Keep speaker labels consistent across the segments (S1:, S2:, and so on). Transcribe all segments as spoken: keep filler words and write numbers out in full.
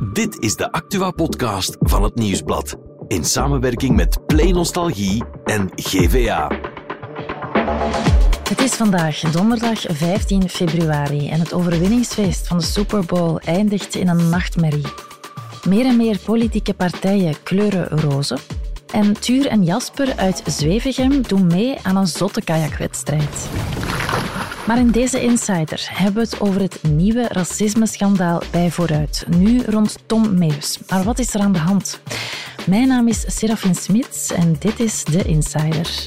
S1: Dit is de Actua-podcast van het Nieuwsblad. In samenwerking met Play Nostalgie en G V A.
S2: Het is vandaag donderdag vijftien februari en het overwinningsfeest van de Super Bowl eindigt in een nachtmerrie. Meer en meer politieke partijen kleuren roze. En Tuur en Jasper uit Zwevegem doen mee aan een zotte kajakwedstrijd. Maar in deze Insider hebben we het over het nieuwe racismeschandaal bij Vooruit. Nu rond Tom Meus. Maar wat is er aan de hand? Mijn naam is Serafin Smits en dit is de Insider.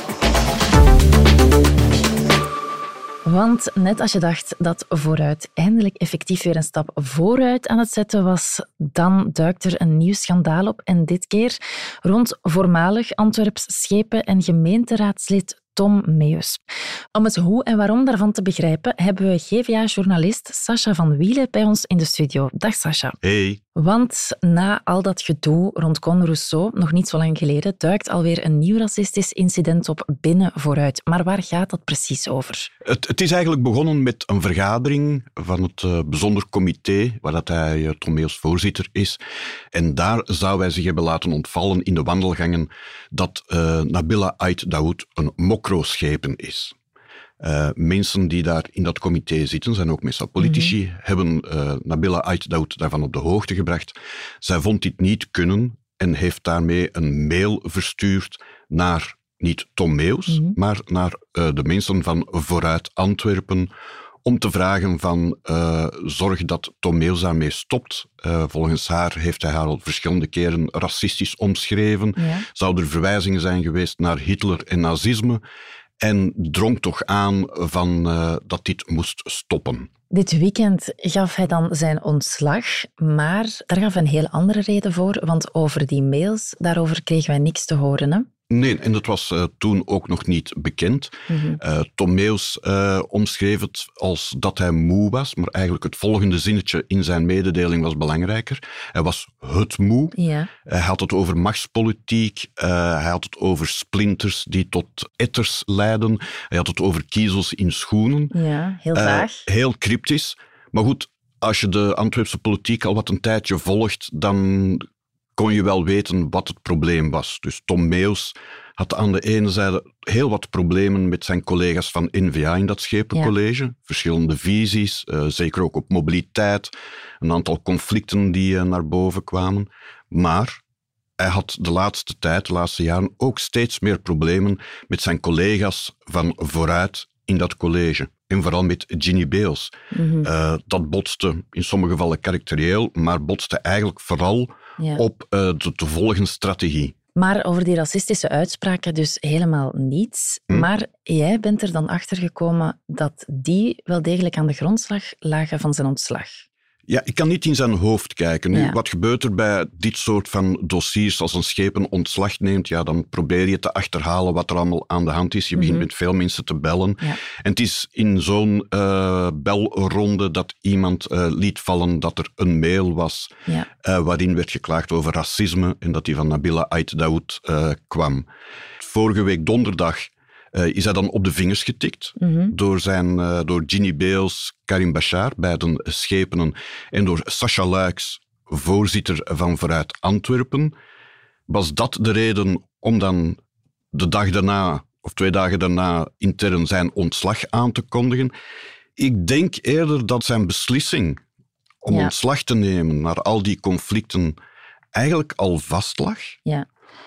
S2: Want net als je dacht dat Vooruit eindelijk effectief weer een stap vooruit aan het zetten was, dan duikt er een nieuw schandaal op. En dit keer rond voormalig Antwerps schepen- en gemeenteraadslid Tom Meus. Om het hoe en waarom daarvan te begrijpen, hebben we G V A-journalist Sacha van Wielen bij ons in de studio. Dag Sacha.
S3: Hey.
S2: Want na al dat gedoe rond Con Rousseau, nog niet zo lang geleden, duikt alweer een nieuw racistisch incident op binnen Vooruit. Maar waar gaat dat precies over?
S3: Het, het is eigenlijk begonnen met een vergadering van het uh, bijzonder comité, waar dat hij uh, Tom Meus voorzitter is. En daar zou hij zich hebben laten ontvallen in de wandelgangen dat uh, Nabila Ait Daoud een mokro-schepen is. Uh, mensen die daar in dat comité zitten, zijn ook meestal politici, mm-hmm. hebben uh, Nabila Ait Daoud daarvan op de hoogte gebracht. Zij vond dit niet kunnen en heeft daarmee een mail verstuurd naar niet Tom Meus, mm-hmm. maar naar uh, de mensen van Vooruit Antwerpen om te vragen van uh, zorg dat Tom Meus daarmee stopt. Uh, volgens haar heeft hij haar al verschillende keren racistisch omschreven. Ja. Zou er verwijzingen zijn geweest naar Hitler en nazisme? En drong toch aan van, uh, dat dit moest stoppen.
S2: Dit weekend gaf hij dan zijn ontslag, maar daar gaf hij een heel andere reden voor, want over die mails, daarover kregen wij niks te horen, hè?
S3: Nee, en dat was uh, toen ook nog niet bekend. Mm-hmm. Uh, Tom Meus uh, omschreef het als dat hij moe was, maar eigenlijk het volgende zinnetje in zijn mededeling was belangrijker. Hij was het moe. Ja. Hij had het over machtspolitiek, uh, hij had het over splinters die tot etters leiden, hij had het over kiezels in schoenen.
S2: Ja, heel vaag.
S3: Uh, heel cryptisch. Maar goed, als je de Antwerpse politiek al wat een tijdje volgt, dan kon je wel weten wat het probleem was. Dus Tom Meus had aan de ene zijde heel wat problemen met zijn collega's van N V A in dat schepencollege. Ja. Verschillende visies, uh, zeker ook op mobiliteit. Een aantal conflicten die uh, naar boven kwamen. Maar hij had de laatste tijd, de laatste jaren, ook steeds meer problemen met zijn collega's van Vooruit in dat college. En vooral met Ginny Beels. Mm-hmm. Uh, dat botste in sommige gevallen karakterieel, maar botste eigenlijk vooral ja. op uh, de te volgen strategie.
S2: Maar over die racistische uitspraken dus helemaal niets. Hm. Maar jij bent er dan achter gekomen dat die wel degelijk aan de grondslag lagen van zijn ontslag.
S3: Ja, ik kan niet in zijn hoofd kijken. Nu,
S2: ja.
S3: Wat gebeurt er bij dit soort van dossiers als een schepen ontslag neemt? Ja, dan probeer je te achterhalen wat er allemaal aan de hand is. Je begint mm-hmm. met veel mensen te bellen. Ja. En het is in zo'n uh, belronde dat iemand uh, liet vallen dat er een mail was ja. uh, waarin werd geklaagd over racisme en dat die van Nabila Ait Daoud uh, kwam. Vorige week donderdag Uh, is hij dan op de vingers getikt mm-hmm. door, zijn, uh, door Ginny Beels, Karim Bachar, beiden schepenen, en door Sacha Luijks, voorzitter van Vooruit Antwerpen. Was dat de reden om dan de dag daarna, of twee dagen daarna, intern zijn ontslag aan te kondigen? Ik denk eerder dat zijn beslissing om ja. ontslag te nemen naar al die conflicten eigenlijk al vast lag. Ja.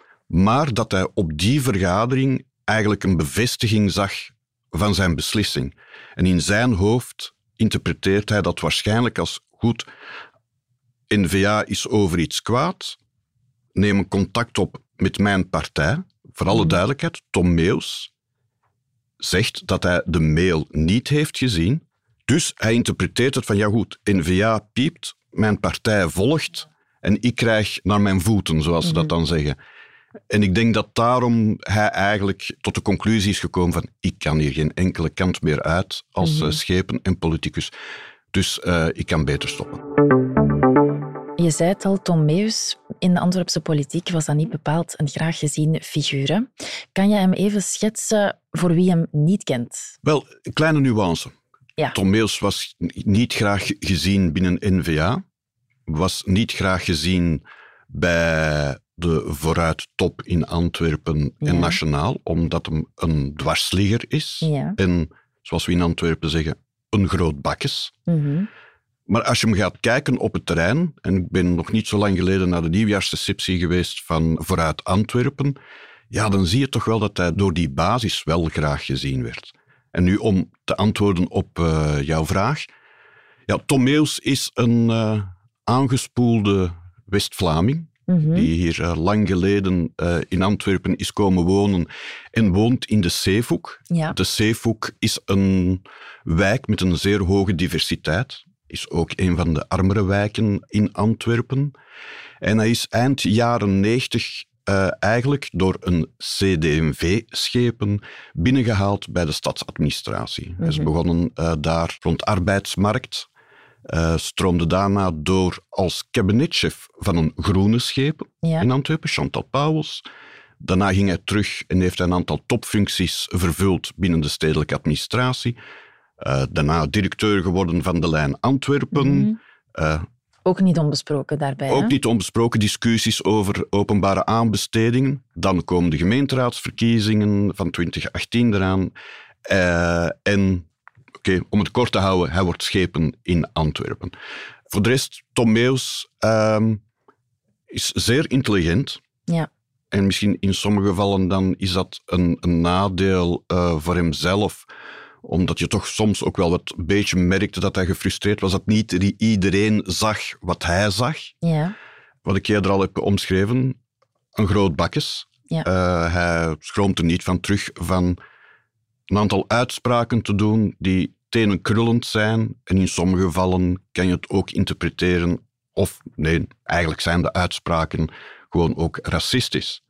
S3: Maar dat hij op die vergadering eigenlijk een bevestiging zag van zijn beslissing. En in zijn hoofd interpreteert hij dat waarschijnlijk als goed. N V A is over iets kwaad. Neem contact op met mijn partij. Voor alle duidelijkheid, Tom Meus zegt dat hij de mail niet heeft gezien. Dus hij interpreteert het van, ja goed, N V A piept, mijn partij volgt en ik krijg naar mijn voeten, zoals ze dat dan zeggen. En ik denk dat daarom hij eigenlijk tot de conclusie is gekomen van ik kan hier geen enkele kant meer uit als mm-hmm. schepen en politicus. Dus uh, ik kan beter stoppen.
S2: Je zei het al, Tom Meus, in de Antwerpse politiek was dat niet bepaald een graag gezien figuur. Hè? Kan je hem even schetsen voor wie hem niet kent?
S3: Wel, een kleine nuance. Ja. Tom Meus was niet graag gezien binnen N V A. was niet graag gezien bij de Vooruit-top in Antwerpen ja. en nationaal, omdat hem een dwarsligger is. Ja. En, zoals we in Antwerpen zeggen, een groot bakkes. Mm-hmm. Maar als je hem gaat kijken op het terrein, en ik ben nog niet zo lang geleden naar de nieuwjaarsreceptie geweest van Vooruit Antwerpen, ja, dan zie je toch wel dat hij door die basis wel graag gezien werd. En nu om te antwoorden op uh, jouw vraag. Ja, Tom Meeuws is een uh, aangespoelde West-Vlaming, mm-hmm. die hier uh, lang geleden uh, in Antwerpen is komen wonen en woont in de Zeevoek. Ja. De Zeevoek is een wijk met een zeer hoge diversiteit. Is ook een van de armere wijken in Antwerpen. En hij is eind jaren negentig uh, eigenlijk door een C D M V-schepen binnengehaald bij de stadsadministratie. Mm-hmm. Hij is begonnen uh, daar rond arbeidsmarkt, uh, stroomde daarna door als kabinetchef van een groene schepen ja. in Antwerpen, Chantal Pauwels. Daarna ging hij terug en heeft een aantal topfuncties vervuld binnen de stedelijke administratie. Uh, daarna directeur geworden van de lijn Antwerpen. Mm-hmm. Uh,
S2: ook niet onbesproken daarbij.
S3: Ook
S2: hè?
S3: niet onbesproken discussies over openbare aanbestedingen. Dan komen de gemeenteraadsverkiezingen van twintig achttien eraan. Uh, en, oké, okay, om het kort te houden, hij wordt schepen in Antwerpen. Voor de rest, Tom Meeuws uh, is zeer intelligent.
S2: Ja.
S3: En misschien in sommige gevallen dan is dat een, een nadeel uh, voor hemzelf, omdat je toch soms ook wel wat een beetje merkte dat hij gefrustreerd was, dat niet iedereen zag wat hij zag.
S2: Ja.
S3: Wat ik eerder al heb omschreven, een groot bakkes. Ja. Uh, hij schroomt er niet van terug van een aantal uitspraken te doen die tenenkrullend zijn. En in sommige gevallen kan je het ook interpreteren, of nee, eigenlijk zijn de uitspraken gewoon ook racistisch.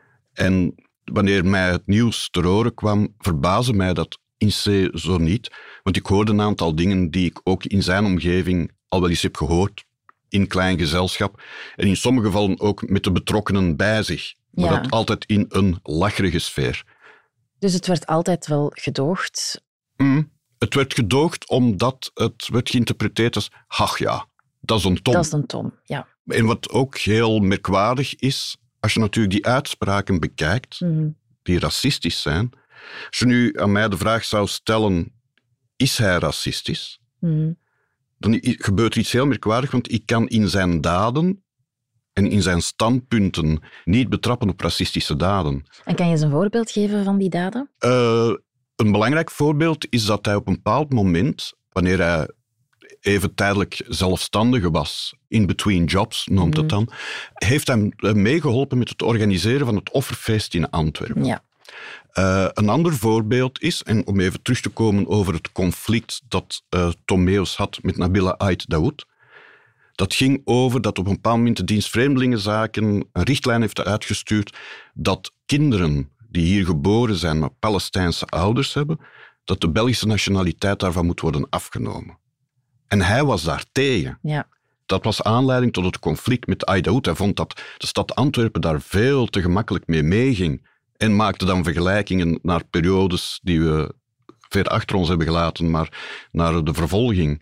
S3: En wanneer mij het nieuws ter oren kwam, verbaasde mij dat in C zo niet. Want ik hoorde een aantal dingen die ik ook in zijn omgeving al wel eens heb gehoord, in klein gezelschap. En in sommige gevallen ook met de betrokkenen bij zich. Maar ja. dat altijd in een lacherige sfeer.
S2: Dus het werd altijd wel gedoogd?
S3: Mm, het werd gedoogd omdat het werd geïnterpreteerd als, ach ja, dat is een Tom.
S2: Dat is een Tom, ja.
S3: En wat ook heel merkwaardig is, als je natuurlijk die uitspraken bekijkt, mm. die racistisch zijn. Als je nu aan mij de vraag zou stellen, is hij racistisch? Mm. Dan gebeurt er iets heel merkwaardigs, want ik kan in zijn daden en in zijn standpunten niet betrappen op racistische daden.
S2: En kan je eens een voorbeeld geven van die daden?
S3: Uh, een belangrijk voorbeeld is dat hij op een bepaald moment, wanneer hij even tijdelijk zelfstandige was, in between jobs noemt mm. het dan, heeft hij meegeholpen met het organiseren van het offerfeest in Antwerpen.
S2: Ja.
S3: Uh, een ander voorbeeld is, en om even terug te komen over het conflict dat uh, Tom Meeuws had met Nabila Ait Daoud, dat ging over dat op een bepaald moment de dienst Vreemdelingenzaken een richtlijn heeft uitgestuurd dat kinderen die hier geboren zijn, maar Palestijnse ouders hebben, dat de Belgische nationaliteit daarvan moet worden afgenomen. En hij was daar tegen.
S2: Ja.
S3: Dat was aanleiding tot het conflict met Ait Daoud. Hij vond dat de stad Antwerpen daar veel te gemakkelijk mee meeging. En maakte dan vergelijkingen naar periodes die we ver achter ons hebben gelaten, maar naar de vervolging.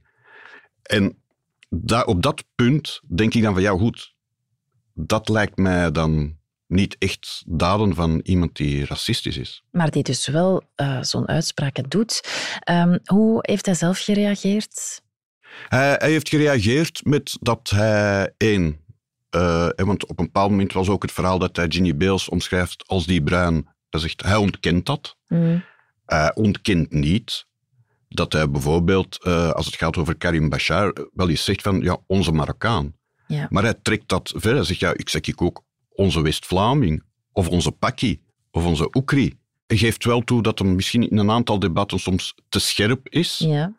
S3: En da- op dat punt denk ik dan van, ja goed, dat lijkt mij dan niet echt daden van iemand die racistisch is.
S2: Maar die dus wel uh, zo'n uitspraken doet. Um, hoe heeft hij zelf gereageerd?
S3: Hij, hij heeft gereageerd met dat hij één... Uh, want op een bepaald moment was ook het verhaal dat hij Ginny Beels omschrijft als die bruin. Hij zegt, hij ontkent dat. Mm. Hij ontkent niet dat hij bijvoorbeeld, uh, als het gaat over Karim Bachar, wel eens zegt van, ja, onze Marokkaan. Ja. Maar hij trekt dat verder. Hij zegt, ja, ik zeg ik ook onze West-Vlaming, of onze Pakkie, of onze Oekri. Hij geeft wel toe dat hij misschien in een aantal debatten soms te scherp is.
S2: Ja.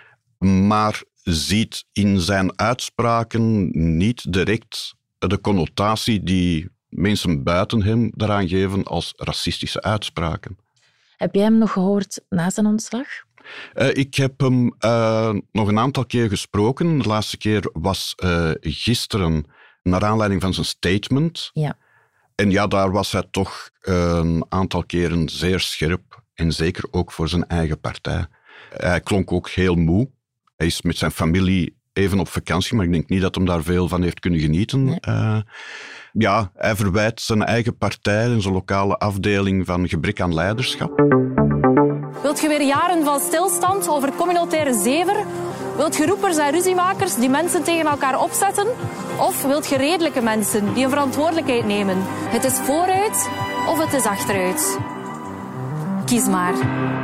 S3: Maar ziet in zijn uitspraken niet direct de connotatie die mensen buiten hem daaraan geven als racistische uitspraken.
S2: Heb jij hem nog gehoord na zijn ontslag?
S3: Uh, ik heb hem uh, nog een aantal keer gesproken. De laatste keer was uh, gisteren naar aanleiding van zijn statement.
S2: Ja.
S3: En ja, daar was hij toch uh, een aantal keren zeer scherp. En zeker ook voor zijn eigen partij. Hij klonk ook heel moe. Hij is met zijn familie even op vakantie, maar ik denk niet dat hem daar veel van heeft kunnen genieten. Nee. Uh, ja, hij verwijt zijn eigen partij en zijn lokale afdeling van gebrek aan leiderschap.
S4: Wilt je weer jaren van stilstand over communautaire zever? Wilt je roepers en ruziemakers die mensen tegen elkaar opzetten? Of wilt je redelijke mensen die een verantwoordelijkheid nemen? Het is vooruit of het is achteruit. Kies maar.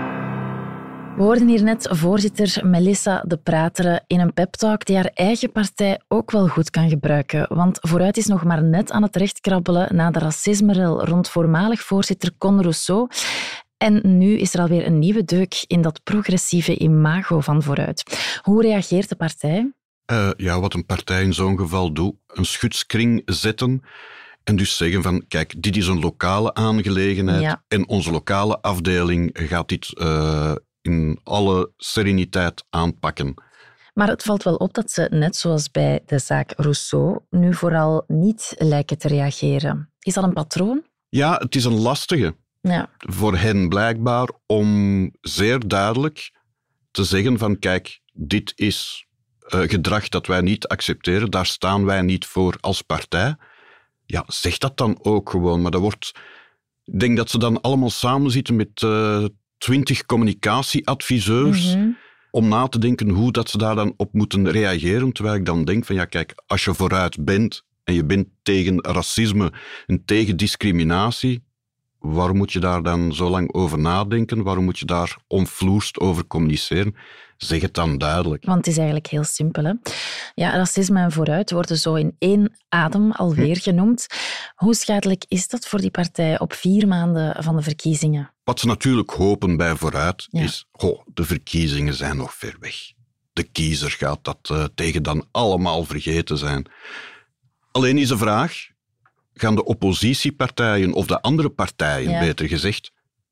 S2: We hoorden hier net voorzitter Melissa de Prateren in een peptalk die haar eigen partij ook wel goed kan gebruiken. Want Vooruit is nog maar net aan het rechtkrabbelen na de racismerel rond voormalig voorzitter Con Rousseau. En nu is er alweer een nieuwe deuk in dat progressieve imago van Vooruit. Hoe reageert de partij?
S3: Uh, ja, wat een partij in zo'n geval doet. Een schutskring zetten en dus zeggen van, kijk, dit is een lokale aangelegenheid ja. en onze lokale afdeling gaat dit uh, in alle sereniteit aanpakken.
S2: Maar het valt wel op dat ze, net zoals bij de zaak Rousseau, nu vooral niet lijken te reageren. Is dat een patroon?
S3: Ja, het is een lastige. Ja. Voor hen blijkbaar om zeer duidelijk te zeggen van kijk, dit is uh, gedrag dat wij niet accepteren, daar staan wij niet voor als partij. Ja, zeg dat dan ook gewoon. Maar dat wordt, ik denk dat ze dan allemaal samen zitten met uh, twintig communicatieadviseurs mm-hmm. om na te denken hoe dat ze daar dan op moeten reageren. Terwijl ik dan denk van ja, kijk, als je Vooruit bent en je bent tegen racisme en tegen discriminatie, waarom moet je daar dan zo lang over nadenken? Waarom moet je daar omvloerst over communiceren? Zeg het dan duidelijk.
S2: Want het is eigenlijk heel simpel. Hè? Ja, racisme en Vooruit worden zo in één adem alweer hm. genoemd. Hoe schadelijk is dat voor die partij op vier maanden van de verkiezingen?
S3: Wat ze natuurlijk hopen bij Vooruit ja. is, goh, de verkiezingen zijn nog ver weg. De kiezer gaat dat uh, tegen dan allemaal vergeten zijn. Alleen is de vraag, gaan de oppositiepartijen of de andere partijen, ja. beter gezegd,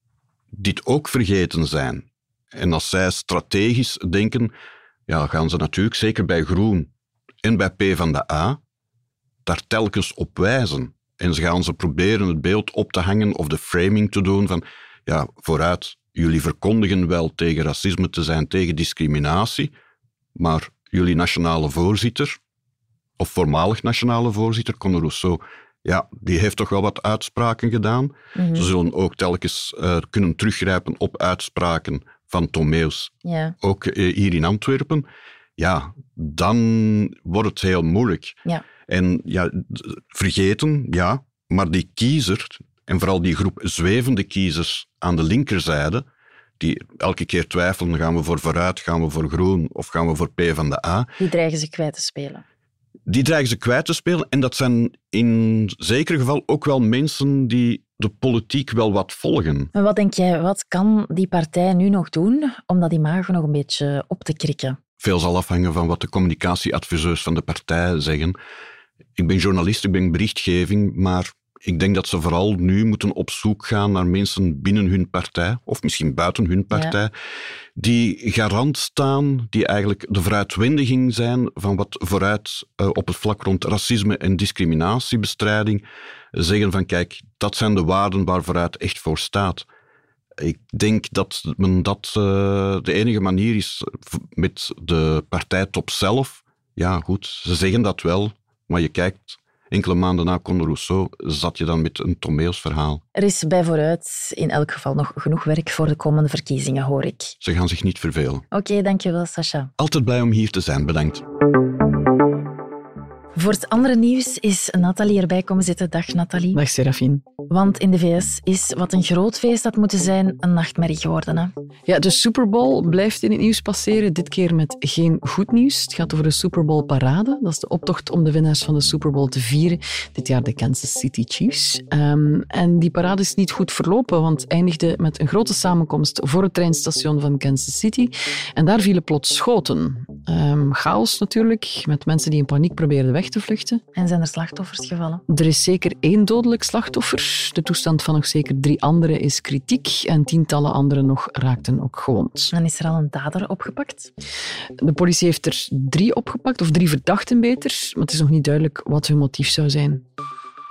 S3: dit ook vergeten zijn? En als zij strategisch denken, ja, gaan ze natuurlijk, zeker bij Groen en bij PvdA, daar telkens op wijzen. En ze gaan ze proberen het beeld op te hangen of de framing te doen van, ja, Vooruit, jullie verkondigen wel tegen racisme te zijn, tegen discriminatie, maar jullie nationale voorzitter, of voormalig nationale voorzitter, Con Rousseau, ja, die heeft toch wel wat uitspraken gedaan. Mm-hmm. Ze zullen ook telkens uh, kunnen teruggrijpen op uitspraken van Tomeus, yeah. ook uh, hier in Antwerpen. Ja, dan wordt het heel moeilijk. Yeah. En ja, vergeten, ja, maar die kiezer, en vooral die groep zwevende kiezers aan de linkerzijde, die elke keer twijfelen, gaan we voor Vooruit, gaan we voor Groen of gaan we voor PvdA.
S2: Die dreigen ze kwijt te spelen.
S3: Die dreigen ze kwijt te spelen. En dat zijn in zeker geval ook wel mensen die de politiek wel wat volgen.
S2: Maar wat denk jij, wat kan die partij nu nog doen om dat imago nog een beetje op te krikken?
S3: Veel zal afhangen van wat de communicatieadviseurs van de partij zeggen. Ik ben journalist, ik ben berichtgeving, maar ik denk dat ze vooral nu moeten op zoek gaan naar mensen binnen hun partij, of misschien buiten hun partij, ja. die garant staan, die eigenlijk de vooruitwendiging zijn van wat Vooruit uh, op het vlak rond racisme en discriminatiebestrijding zeggen van kijk, dat zijn de waarden waar Vooruit echt voor staat. Ik denk dat men dat uh, de enige manier is met de partijtop zelf. Ja, goed, ze zeggen dat wel, maar je kijkt, enkele maanden na Con Rousseau zat je dan met een toneelsverhaal.
S2: Er is bij Vooruit in elk geval nog genoeg werk voor de komende verkiezingen, hoor ik.
S3: Ze gaan zich niet vervelen.
S2: Oké, okay, dankjewel, Sacha.
S3: Altijd blij om hier te zijn, bedankt.
S2: Voor het andere nieuws is Nathalie erbij komen zitten. Dag, Nathalie.
S5: Dag, Serafine.
S2: Want in de V S is wat een groot feest had moeten zijn een nachtmerrie geworden. Hè?
S5: Ja, de Super Bowl blijft in het nieuws passeren. Dit keer met geen goed nieuws. Het gaat over de Super Bowl parade. Dat is de optocht om de winnaars van de Super Bowl te vieren. Dit jaar de Kansas City Chiefs. Um, en die parade is niet goed verlopen, want het eindigde met een grote samenkomst voor het treinstation van Kansas City. En daar vielen plots schoten. Um, chaos natuurlijk, met mensen die in paniek probeerden weg te vluchten.
S2: En zijn er slachtoffers gevallen?
S5: Er is zeker één dodelijk slachtoffer. De toestand van nog zeker drie anderen is kritiek en tientallen anderen nog raakten ook gewond.
S2: En is er al een dader opgepakt?
S5: De politie heeft er drie opgepakt, of drie verdachten beter, maar het is nog niet duidelijk wat hun motief zou zijn.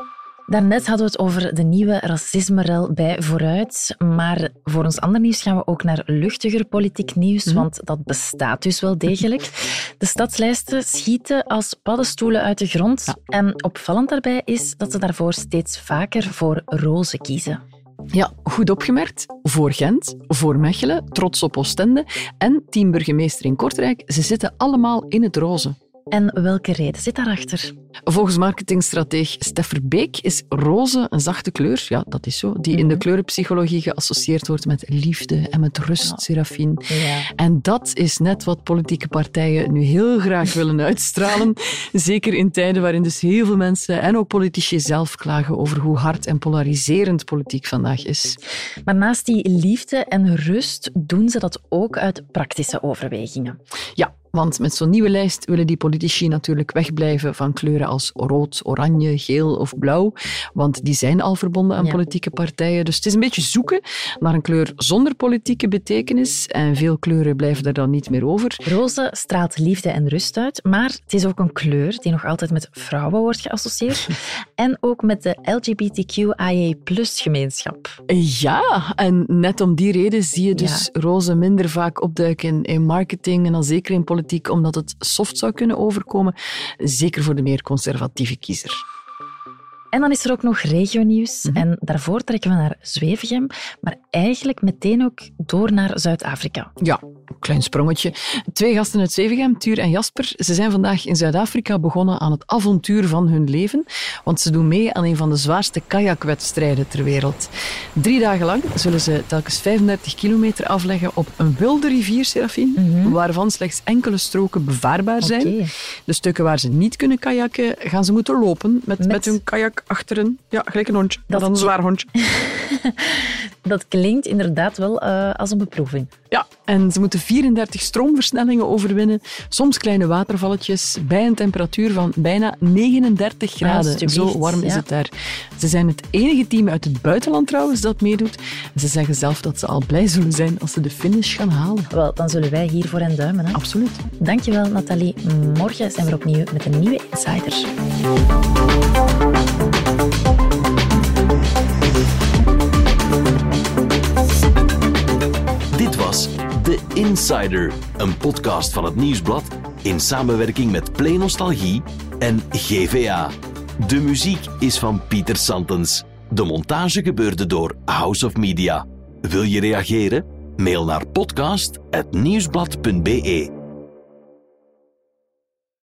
S2: Daarnet hadden we het over de nieuwe racismerel bij Vooruit. Maar voor ons ander nieuws gaan we ook naar luchtiger politiek nieuws, mm. want dat bestaat dus wel degelijk. De stadslijsten schieten als paddenstoelen uit de grond. Ja. En opvallend daarbij is dat ze daarvoor steeds vaker voor roze kiezen.
S5: Ja, goed opgemerkt. Voor Gent, voor Mechelen, Trots op Oostende en team burgemeester in Kortrijk. Ze zitten allemaal in het roze.
S2: En welke reden zit daarachter?
S5: Volgens marketingstrateeg Stef Verbeek is roze een zachte kleur, ja, dat is zo, die mm-hmm. in de kleurenpsychologie geassocieerd wordt met liefde en met rust, ja. Serafine. Ja. En dat is net wat politieke partijen nu heel graag willen uitstralen. Zeker in tijden waarin dus heel veel mensen en ook politici zelf klagen over hoe hard en polariserend politiek vandaag is.
S2: Maar naast die liefde en rust doen ze dat ook uit praktische overwegingen.
S5: Ja. Want met zo'n nieuwe lijst willen die politici natuurlijk wegblijven van kleuren als rood, oranje, geel of blauw. Want die zijn al verbonden aan ja. politieke partijen. Dus het is een beetje zoeken naar een kleur zonder politieke betekenis. En veel kleuren blijven er dan niet meer over.
S2: Roze straalt liefde en rust uit. Maar het is ook een kleur die nog altijd met vrouwen wordt geassocieerd. En ook met de L G B T Q I A plus gemeenschap.
S5: Ja, en net om die reden zie je dus ja. roze minder vaak opduiken in marketing en dan zeker in politiek, omdat het soft zou kunnen overkomen, zeker voor de meer conservatieve kiezer.
S2: En dan is er ook nog regionieuws. Mm-hmm. En daarvoor trekken we naar Zwevegem, maar eigenlijk meteen ook door naar Zuid-Afrika.
S5: Ja, een klein sprongetje. Twee gasten uit Zwevegem, Tuur en Jasper, ze zijn vandaag in Zuid-Afrika begonnen aan het avontuur van hun leven, want ze doen mee aan een van de zwaarste kajakwedstrijden ter wereld. Drie dagen lang zullen ze telkens vijfendertig kilometer afleggen op een wilde rivier, Serafine, mm-hmm. waarvan slechts enkele stroken bevaarbaar zijn. Okay. De stukken waar ze niet kunnen kajakken, gaan ze moeten lopen met, met... met hun kajak achteren. Ja, gelijk een hondje. Dat is een zwaar hondje.
S2: Dat klinkt inderdaad wel uh, als een beproeving.
S5: Ja, en ze moeten vierendertig stroomversnellingen overwinnen, soms kleine watervalletjes, bij een temperatuur van bijna negenendertig graden. Ah, Zo warm is ja. het daar. Ze zijn het enige team uit het buitenland trouwens dat meedoet. Ze zeggen zelf dat ze al blij zullen zijn als ze de finish gaan halen.
S2: Wel, dan zullen wij hiervoor hen duimen. Hè?
S5: Absoluut.
S2: Dankjewel, Nathalie. Morgen zijn we er opnieuw met een nieuwe Insider.
S1: Dit was The Insider, een podcast van het Nieuwsblad in samenwerking met Play Nostalgie en G V A. De muziek is van Pieter Santens. De montage gebeurde door House of Media. Wil je reageren? Mail naar podcast apennieuwsblad punt be.